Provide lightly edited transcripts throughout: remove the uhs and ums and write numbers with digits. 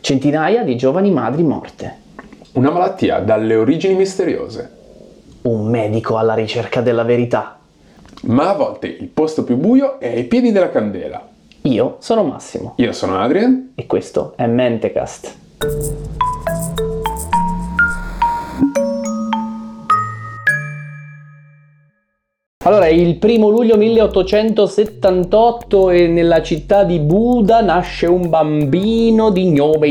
centinaia di giovani madri morte. Una malattia dalle origini misteriose. Un medico alla ricerca della verità. Ma a volte il posto più buio è ai piedi della candela. Io sono Massimo. Io sono Adrian. E questo è Mentecast. Allora, il 1 luglio 1878 e nella città di Buda nasce un bambino di nome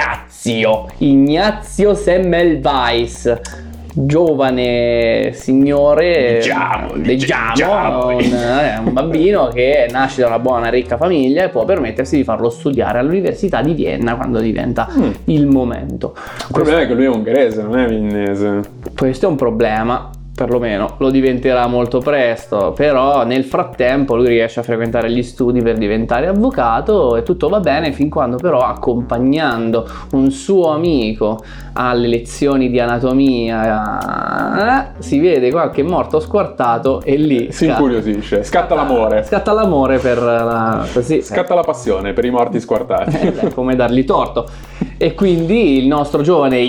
Ignazio Semmelweis. Giovane signore, diciamo, un bambino che nasce da una buona ricca famiglia e può permettersi di farlo studiare all'Università di Vienna quando diventa il momento. Il problema è che lui è ungherese, non è viennese. Questo è un problema. Perlomeno lo diventerà molto presto, però nel frattempo lui riesce a frequentare gli studi per diventare avvocato e tutto va bene fin quando però, accompagnando un suo amico alle lezioni di anatomia, si vede qualche morto squartato e lì si incuriosisce, scatta l'amore per scatta la passione per i morti squartati. Come dargli torto. E quindi il nostro giovane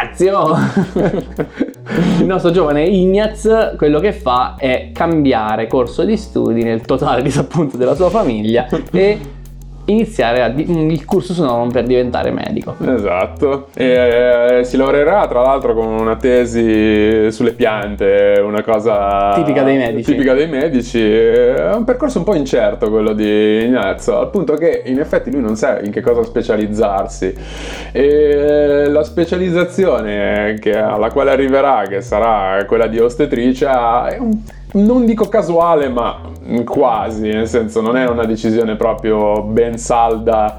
Ignaz quello che fa è cambiare corso di studi nel totale disappunto della sua famiglia e iniziare il cursus non per diventare medico. Esatto. E si laureerà tra l'altro con una tesi sulle piante, una cosa tipica dei medici. È un percorso un po' incerto quello di Ignazio, al punto che in effetti lui non sa in che cosa specializzarsi, e la specializzazione alla quale arriverà, che sarà quella di ostetricia, è non dico casuale, ma quasi, nel senso non è una decisione proprio ben salda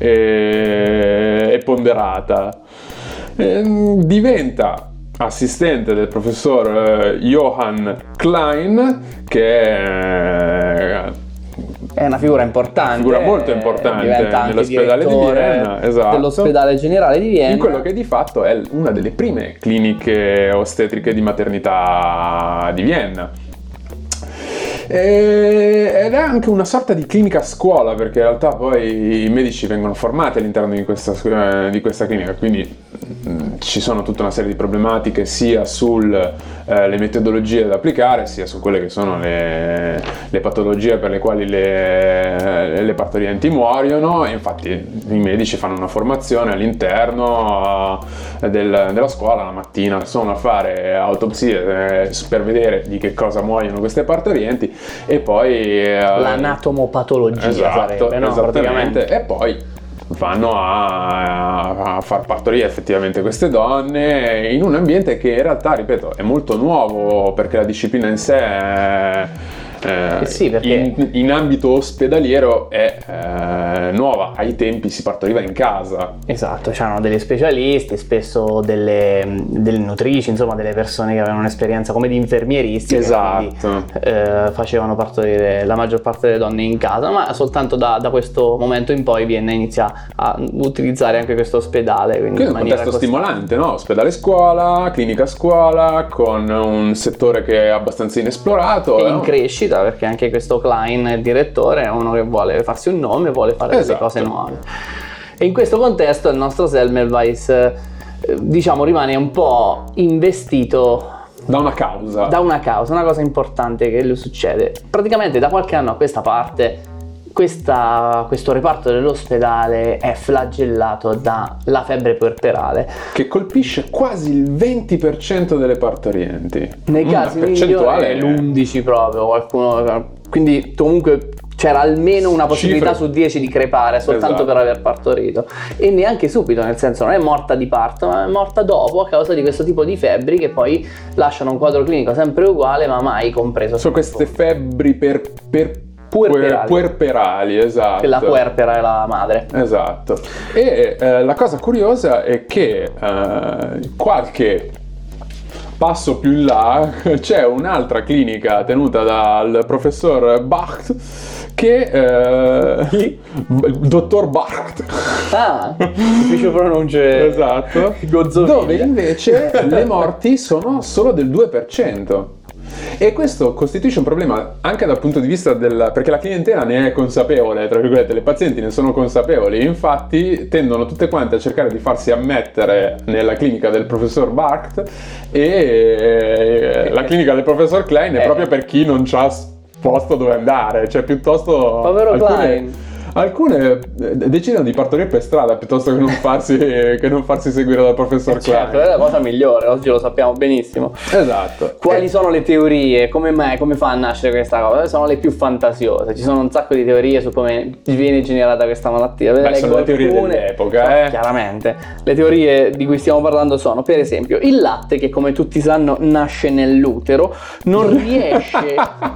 e ponderata. Diventa assistente del professor Johann Klein, che è una figura importante, una figura molto importante nell'ospedale di Vienna, esatto, dell'ospedale generale di Vienna, in quello che di fatto è una delle prime cliniche ostetriche di maternità di Vienna. Ed è anche una sorta di clinica scuola, perché in realtà poi i medici vengono formati all'interno di questa clinica, quindi ci sono tutta una serie di problematiche sia sulle metodologie da applicare, sia su quelle che sono le patologie per le quali le partorienti muoiono, e infatti i medici fanno una formazione all'interno della scuola la mattina, sono a fare autopsie per vedere di che cosa muoiono queste partorienti, e poi l'anatomopatologia, esatto, sarebbe, no? Esattamente, e poi vanno a far partorire effettivamente queste donne in un ambiente che in realtà, ripeto, è molto nuovo, perché la disciplina in sé sì, perché in ambito ospedaliero è nuova. Ai tempi si partoriva in casa. Esatto, c'erano degli specialisti, spesso delle nutrici, insomma delle persone che avevano un'esperienza come di infermieristi, esatto, quindi facevano partorire la maggior parte delle donne in casa, ma soltanto da questo momento in poi Vienna inizia a utilizzare anche questo ospedale. Quindi è un contesto stimolante, no? Ospedale scuola, clinica scuola, con un settore che è abbastanza inesplorato e in crescita, perché anche questo Klein, il direttore, è uno che vuole farsi un nome, vuole fare delle cose nuove. E in questo contesto il nostro Semmelweis diciamo rimane un po' investito da una causa, una cosa importante che gli succede. Praticamente da qualche anno a questa parte questo reparto dell'ospedale è flagellato dalla febbre puerperale, che colpisce quasi il 20% delle partorienti. Nei casi migliori è l'11 proprio, qualcuno, quindi comunque c'era almeno una possibilità su 10 di crepare soltanto per aver partorito, e neanche subito, nel senso non è morta di parto, ma è morta dopo a causa di questo tipo di febbri che poi lasciano un quadro clinico sempre uguale ma mai compreso. Sono queste febbri puerperali, esatto. Che la puerpera è la madre. Esatto. E la cosa curiosa è che qualche passo più in là c'è un'altra clinica tenuta dal professor Bacht, che il dottor Bacht, difficile pronunce, esatto, dove invece le morti sono solo del 2%. E questo costituisce un problema anche dal punto di vista perché la clientela ne è consapevole, tra virgolette, le pazienti ne sono consapevoli, infatti tendono tutte quante a cercare di farsi ammettere nella clinica del professor Barkt, e la clinica del professor Klein è proprio per chi non c'ha posto dove andare, cioè piuttosto povero Klein. Alcune decidono di partorire per strada piuttosto che non farsi seguire dal professor Klein. Certo, è la cosa migliore, oggi lo sappiamo benissimo. Esatto. Quali sono le teorie? Come fa a nascere questa cosa? Sono le più fantasiose. Ci sono un sacco di teorie su come viene generata questa malattia. Sono le teorie dell'epoca, Chiaramente. Le teorie di cui stiamo parlando sono, per esempio, il latte, che come tutti sanno nasce nell'utero, non riesce...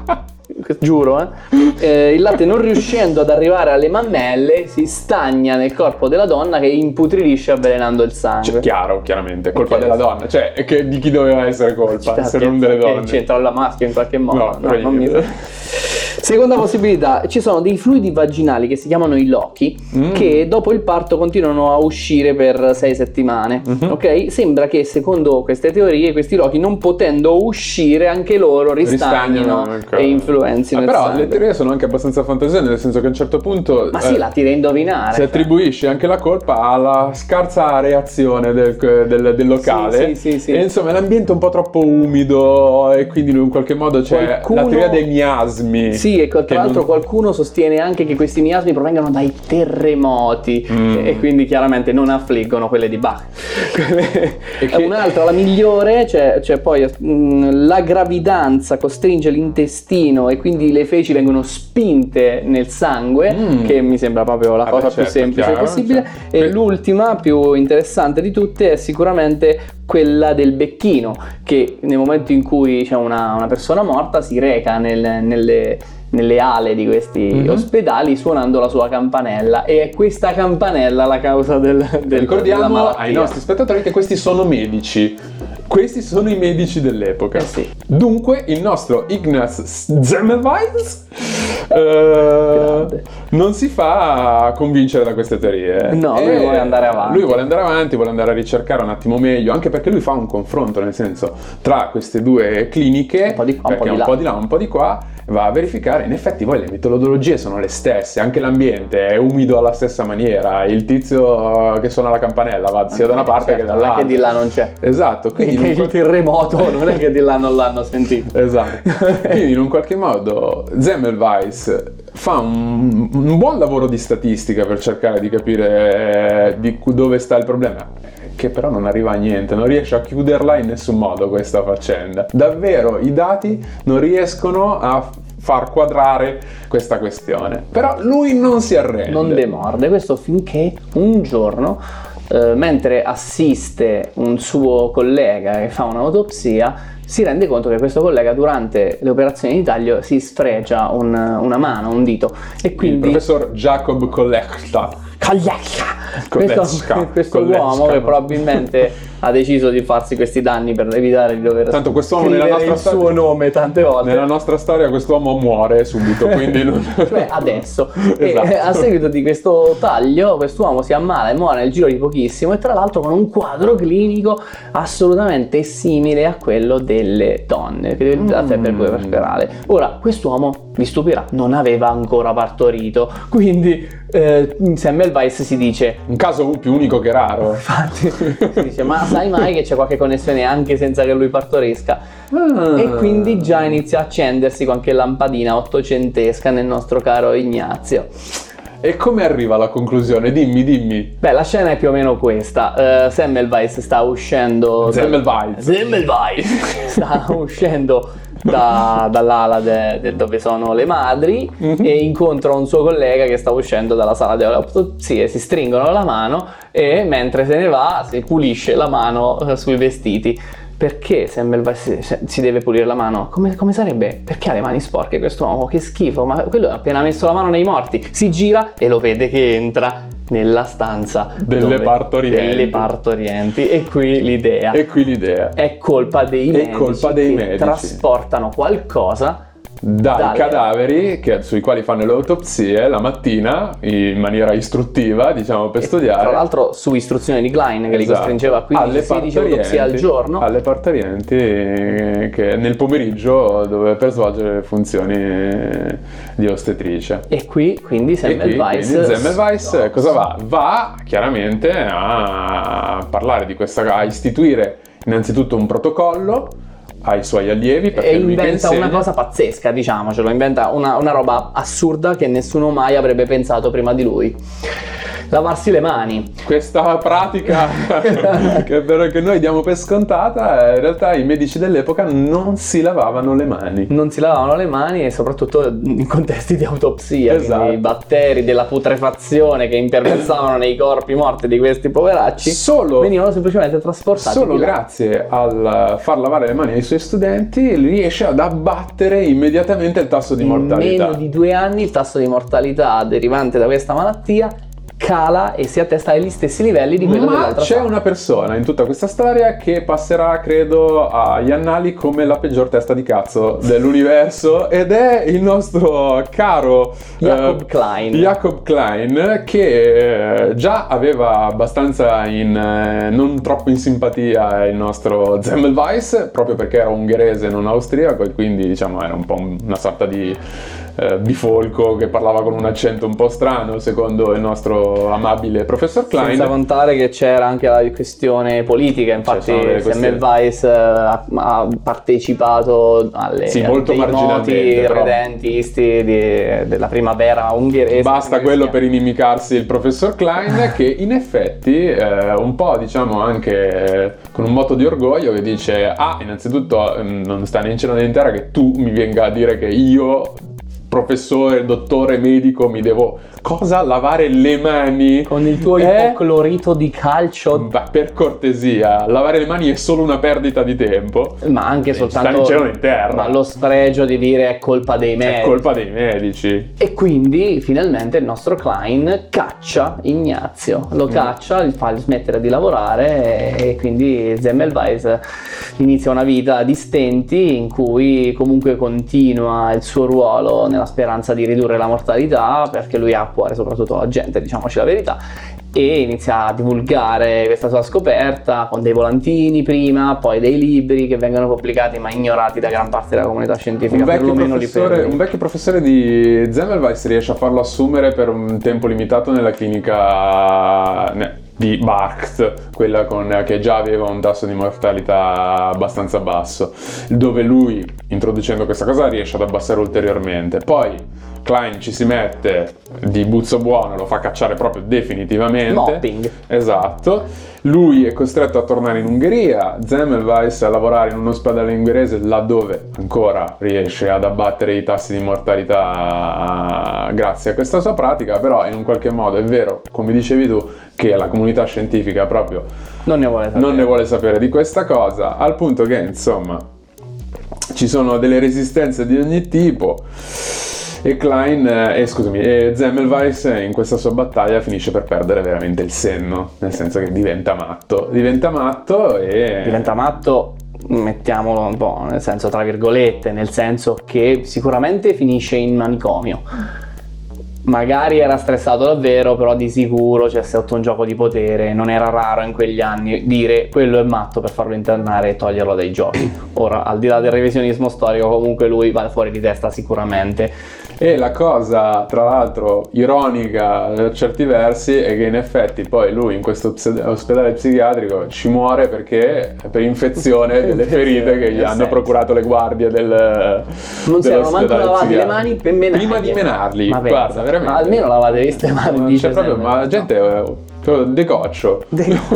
giuro, il latte non riuscendo ad arrivare alle mammelle si stagna nel corpo della donna, che imputridisce avvelenando il sangue. Chiaramente, colpa della donna, cioè di chi doveva essere colpa, se non delle donne. C'entra la maschia in qualche modo. No, non mi... Seconda possibilità, ci sono dei fluidi vaginali che si chiamano i lochi, che dopo il parto continuano a uscire per 6 settimane, ok? Sembra che secondo queste teorie questi lochi, non potendo uscire, anche loro ristagnino e influenzino il però sangue. Le teorie sono anche abbastanza fantasiose, nel senso che a un certo punto ma sì, la tira a indovinare, si attribuisce anche la colpa alla scarsa reazione del locale. Sì. E insomma è l'ambiente un po' troppo umido, e quindi in qualche modo c'è la teoria dei miasmi. Sì, e tra l'altro qualcuno sostiene anche che questi miasmi provengano dai terremoti, e quindi chiaramente non affliggono quelle di Bach. Un'altra, la migliore, c'è poi la gravidanza costringe l'intestino e quindi le feci vengono spinte nel sangue, che mi sembra proprio la cosa più semplice possibile. E l'ultima, più interessante di tutte, è sicuramente quella del becchino, che nel momento in cui c'è una persona morta si reca nelle ale di questi ospedali suonando la sua campanella, e è questa campanella la causa Ricordiamo ai nostri spettatori che questi sono medici. Questi sono i medici dell'epoca. Sì. Dunque il nostro Ignaz Semmelweis non si fa convincere da queste teorie. No, lui vuole andare avanti. Lui vuole andare avanti, vuole andare a ricercare un attimo meglio, anche perché lui fa un confronto, nel senso, tra queste due cliniche, un po' di qua, un po' di là, un po' di qua, va a verificare. In effetti poi le metodologie sono le stesse, anche l'ambiente è umido alla stessa maniera, il tizio che suona la campanella va sia da una parte che dall'altra. Che di là non c'è. Esatto, quindi il terremoto non è che di là non l'hanno sentito. Esatto. Quindi in un qualche modo Semmelweis fa un buon lavoro di statistica per cercare di capire dove sta il problema, che però non arriva a niente, non riesce a chiuderla in nessun modo questa faccenda. Davvero i dati non riescono a far quadrare questa questione, però lui non si arrende, non demorde, questo finché un giorno, mentre assiste un suo collega che fa un'autopsia, si rende conto che questo collega durante le operazioni di taglio si sfregia una mano, un dito, e quindi il professor Jacob Kolechka, questo uomo che probabilmente ha deciso di farsi questi danni per evitare di dover tanto quest'uomo nella nostra il suo nome tante volte. Nella nostra storia quest'uomo muore subito, quindi non... cioè adesso. Esatto. E a seguito di questo taglio quest'uomo si ammala e muore nel giro di pochissimo, e tra l'altro con un quadro clinico assolutamente simile a quello delle donne, che è la febbre puerperale. Ora, quest'uomo, vi stupirà, non aveva ancora partorito, quindi Semmelweis si dice un caso più unico che raro. Infatti si dice, ma sai mai che c'è qualche connessione anche senza che lui partorisca? E quindi già inizia a accendersi qualche lampadina ottocentesca nel nostro caro Ignazio. E come arriva alla conclusione? Dimmi. Beh, la scena è più o meno questa. Semmelweis sta uscendo sta uscendo dall'ala dove sono le madri, e incontra un suo collega che sta uscendo dalla sala delle autopsie. Si stringono la mano e mentre se ne va si pulisce la mano sui vestiti. Perché Semmelweis si deve pulire la mano? Come sarebbe? Perché ha le mani sporche quest'uomo? Che schifo, ma quello ha appena messo la mano nei morti. Si gira e lo vede che entra nella stanza delle partorienti. E qui l'idea è colpa dei medici che trasportano qualcosa dai cadaveri sui quali fanno le autopsie la mattina in maniera istruttiva, diciamo, per studiare. Tra l'altro su istruzione di Klein, che li costringeva a 15-16 autopsie al giorno. Alle partorienti che nel pomeriggio doveva per svolgere le funzioni di ostetrice. E qui quindi Semmelweis cosa va? Va chiaramente a parlare di questa, a istituire innanzitutto un protocollo ai suoi allievi, e inventa una cosa pazzesca, diciamocelo, inventa una roba assurda che nessuno mai avrebbe pensato prima di lui: lavarsi le mani. Questa pratica che noi diamo per scontata, in realtà i medici dell'epoca non si lavavano le mani. Non si lavavano le mani, e soprattutto in contesti di autopsia, esatto. Quindi i batteri della putrefazione che imperversavano nei corpi morti di questi poveracci venivano semplicemente trasportati solo grazie al far lavare le mani ai suoi studenti riesce ad abbattere immediatamente il tasso di mortalità. In meno di 2 anni il tasso di mortalità derivante da questa malattia cala e si attesta agli stessi livelli di quello dell'altra. Ma c'è una persona in tutta questa storia che passerà, credo, agli annali come la peggior testa di cazzo dell'universo, ed è il nostro caro Jacob Klein, che già aveva abbastanza non troppo in simpatia il nostro Semmelweis, proprio perché era ungherese, non austriaco, e quindi diciamo era un po' una sorta di bifolco che parlava con un accento un po' strano, secondo il nostro amabile professor Klein. Senza contare che c'era anche la questione politica, infatti Semmelweis ha partecipato alle molto marginalmente, redentisti della primavera ungherese. Basta quello per inimicarsi il professor Klein, che in effetti un po', diciamo, anche con un moto di orgoglio, che dice: innanzitutto non sta né in cielo né in terra che tu mi venga a dire che io, professore, dottore, medico, mi devo lavare le mani con il tuo ipoclorito di calcio. Per cortesia, lavare le mani è solo una perdita di tempo, ma anche soltanto in cielo e in terra. Ma lo sfregio di dire è colpa dei medici. È colpa dei medici. E quindi finalmente il nostro Klein caccia Ignazio, lo caccia, gli fa smettere di lavorare, e quindi Semmelweis inizia una vita di stenti in cui comunque continua il suo ruolo nella speranza di ridurre la mortalità, perché lui ha a cuore soprattutto la gente, diciamoci la verità, e inizia a divulgare questa sua scoperta con dei volantini prima, poi dei libri che vengono pubblicati ma ignorati da gran parte della comunità scientifica. Un vecchio professore di Semmelweis riesce a farlo assumere per un tempo limitato nella clinica di Barkt, quella che già aveva un tasso di mortalità abbastanza basso, dove lui, introducendo questa cosa, riesce ad abbassare ulteriormente. Poi Klein ci si mette di buzzo buono, lo fa cacciare proprio definitivamente. Mopping. Esatto. Lui è costretto a tornare in Ungheria, Semmelweis a lavorare in un ospedale ungherese, laddove ancora riesce ad abbattere i tassi di mortalità grazie a questa sua pratica. Però in un qualche modo è vero, come dicevi tu, che la comunità scientifica proprio non ne vuole sapere di questa cosa, al punto che insomma ci sono delle resistenze di ogni tipo. E Semmelweis in questa sua battaglia finisce per perdere veramente il senno, nel senso che diventa matto, mettiamolo un po' nel senso tra virgolette, nel senso che sicuramente finisce in manicomio. Magari era stressato davvero, però di sicuro c'è stato un gioco di potere. Non era raro in quegli anni dire quello è matto per farlo internare e toglierlo dai giochi. Ora, al di là del revisionismo storico, comunque lui va fuori di testa sicuramente. E la cosa, tra l'altro, ironica per certi versi è che in effetti poi lui in questo ospedale psichiatrico ci muore perché per infezione delle ferite che gli hanno procurato le guardie non si erano manco lavati le mani per menarli. Prima di menarli, ma guarda, veramente. Ma almeno lavate viste le mani. Ma la gente è decoccio.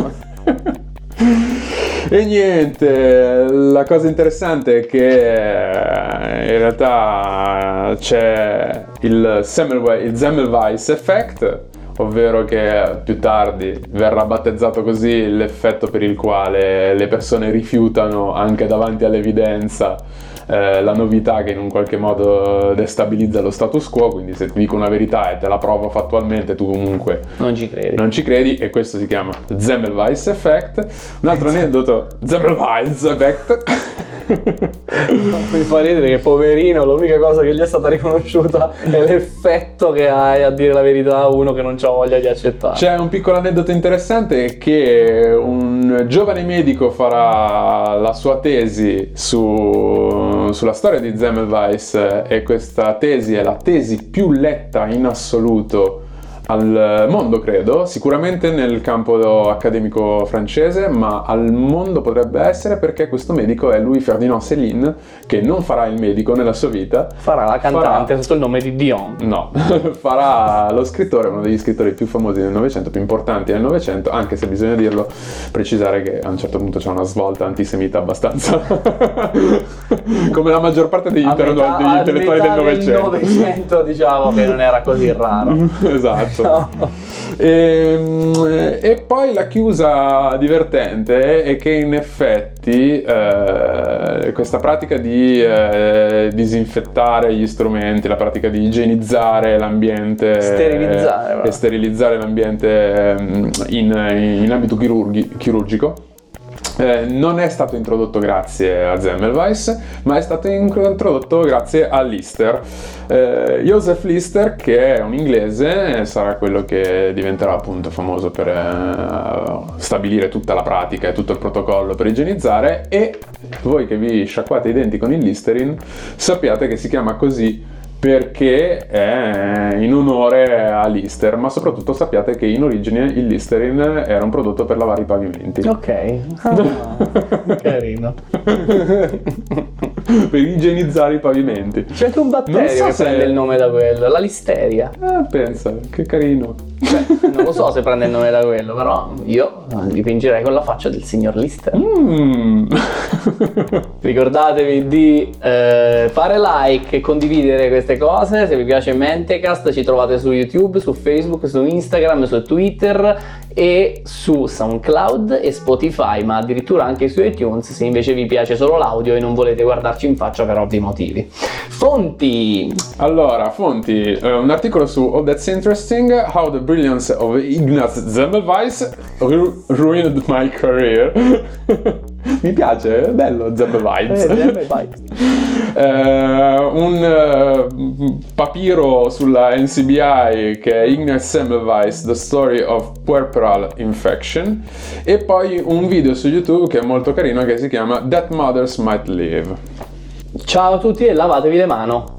E niente, la cosa interessante è che in realtà c'è il Semmelweis effect, ovvero che più tardi verrà battezzato così l'effetto per il quale le persone rifiutano anche davanti all'evidenza la novità che in un qualche modo destabilizza lo status quo. Quindi se ti dico una verità e te la provo fattualmente, tu comunque non ci credi, e questo si chiama Semmelweis effect. Un altro aneddoto, Semmelweis effect Mi fa ridere che poverino, l'unica cosa che gli è stata riconosciuta è l'effetto che hai a dire la verità a uno che non c'ha voglia di accettare. C'è un piccolo aneddoto interessante che un giovane medico farà la sua tesi sulla storia di Semmelweis, e questa tesi è la tesi più letta in assoluto al mondo, credo, sicuramente nel campo accademico francese, ma al mondo potrebbe essere, perché questo medico è Louis Ferdinand Céline, che non farà il medico nella sua vita. Farà la cantante sotto il nome di Dion. No, farà lo scrittore, uno degli scrittori più famosi del Novecento, più importanti del Novecento, anche se bisogna dirlo, precisare che a un certo punto c'è una svolta antisemita abbastanza come la maggior parte degli intellettuali del Novecento, diciamo che non era così raro. Esatto. E poi la chiusa divertente è che in effetti questa pratica di disinfettare gli strumenti, la pratica di igienizzare l'ambiente e sterilizzare l'ambiente in ambito chirurgico non è stato introdotto grazie a Semmelweis, ma è stato introdotto grazie a Lister. Joseph Lister, che è un inglese, sarà quello che diventerà appunto famoso per stabilire tutta la pratica e tutto il protocollo per igienizzare, e voi che vi sciacquate i denti con il Listerine sappiate che si chiama così perché è in onore a Lister, ma soprattutto sappiate che in origine il Listerine era un prodotto per lavare i pavimenti. Ok, carino. Per igienizzare i pavimenti. C'è anche un batterio che prende il nome da quello, la listeria. Pensa, che carino. Beh, non lo so se prende il nome da quello, però io dipingerei con la faccia del signor Lister. Ricordatevi di fare like e condividere queste cose. Se vi piace Mentecast ci trovate su YouTube, su Facebook, su Instagram, su Twitter e su SoundCloud e Spotify, ma addirittura anche su iTunes se invece vi piace solo l'audio e non volete guardarci in faccia per ovvi motivi. Fonti! Allora, fonti, un articolo su All That's Interesting, How the Brilliance of Ignaz Semmelweis Ruined My Career. Mi piace, è bello Semmelweis. Un papiro sulla NCBI che è Ignaz Semmelweis, The Story of Puerperal Infection, e poi un video su YouTube che è molto carino che si chiama That Mothers Might Live. Ciao a tutti e lavatevi le mani.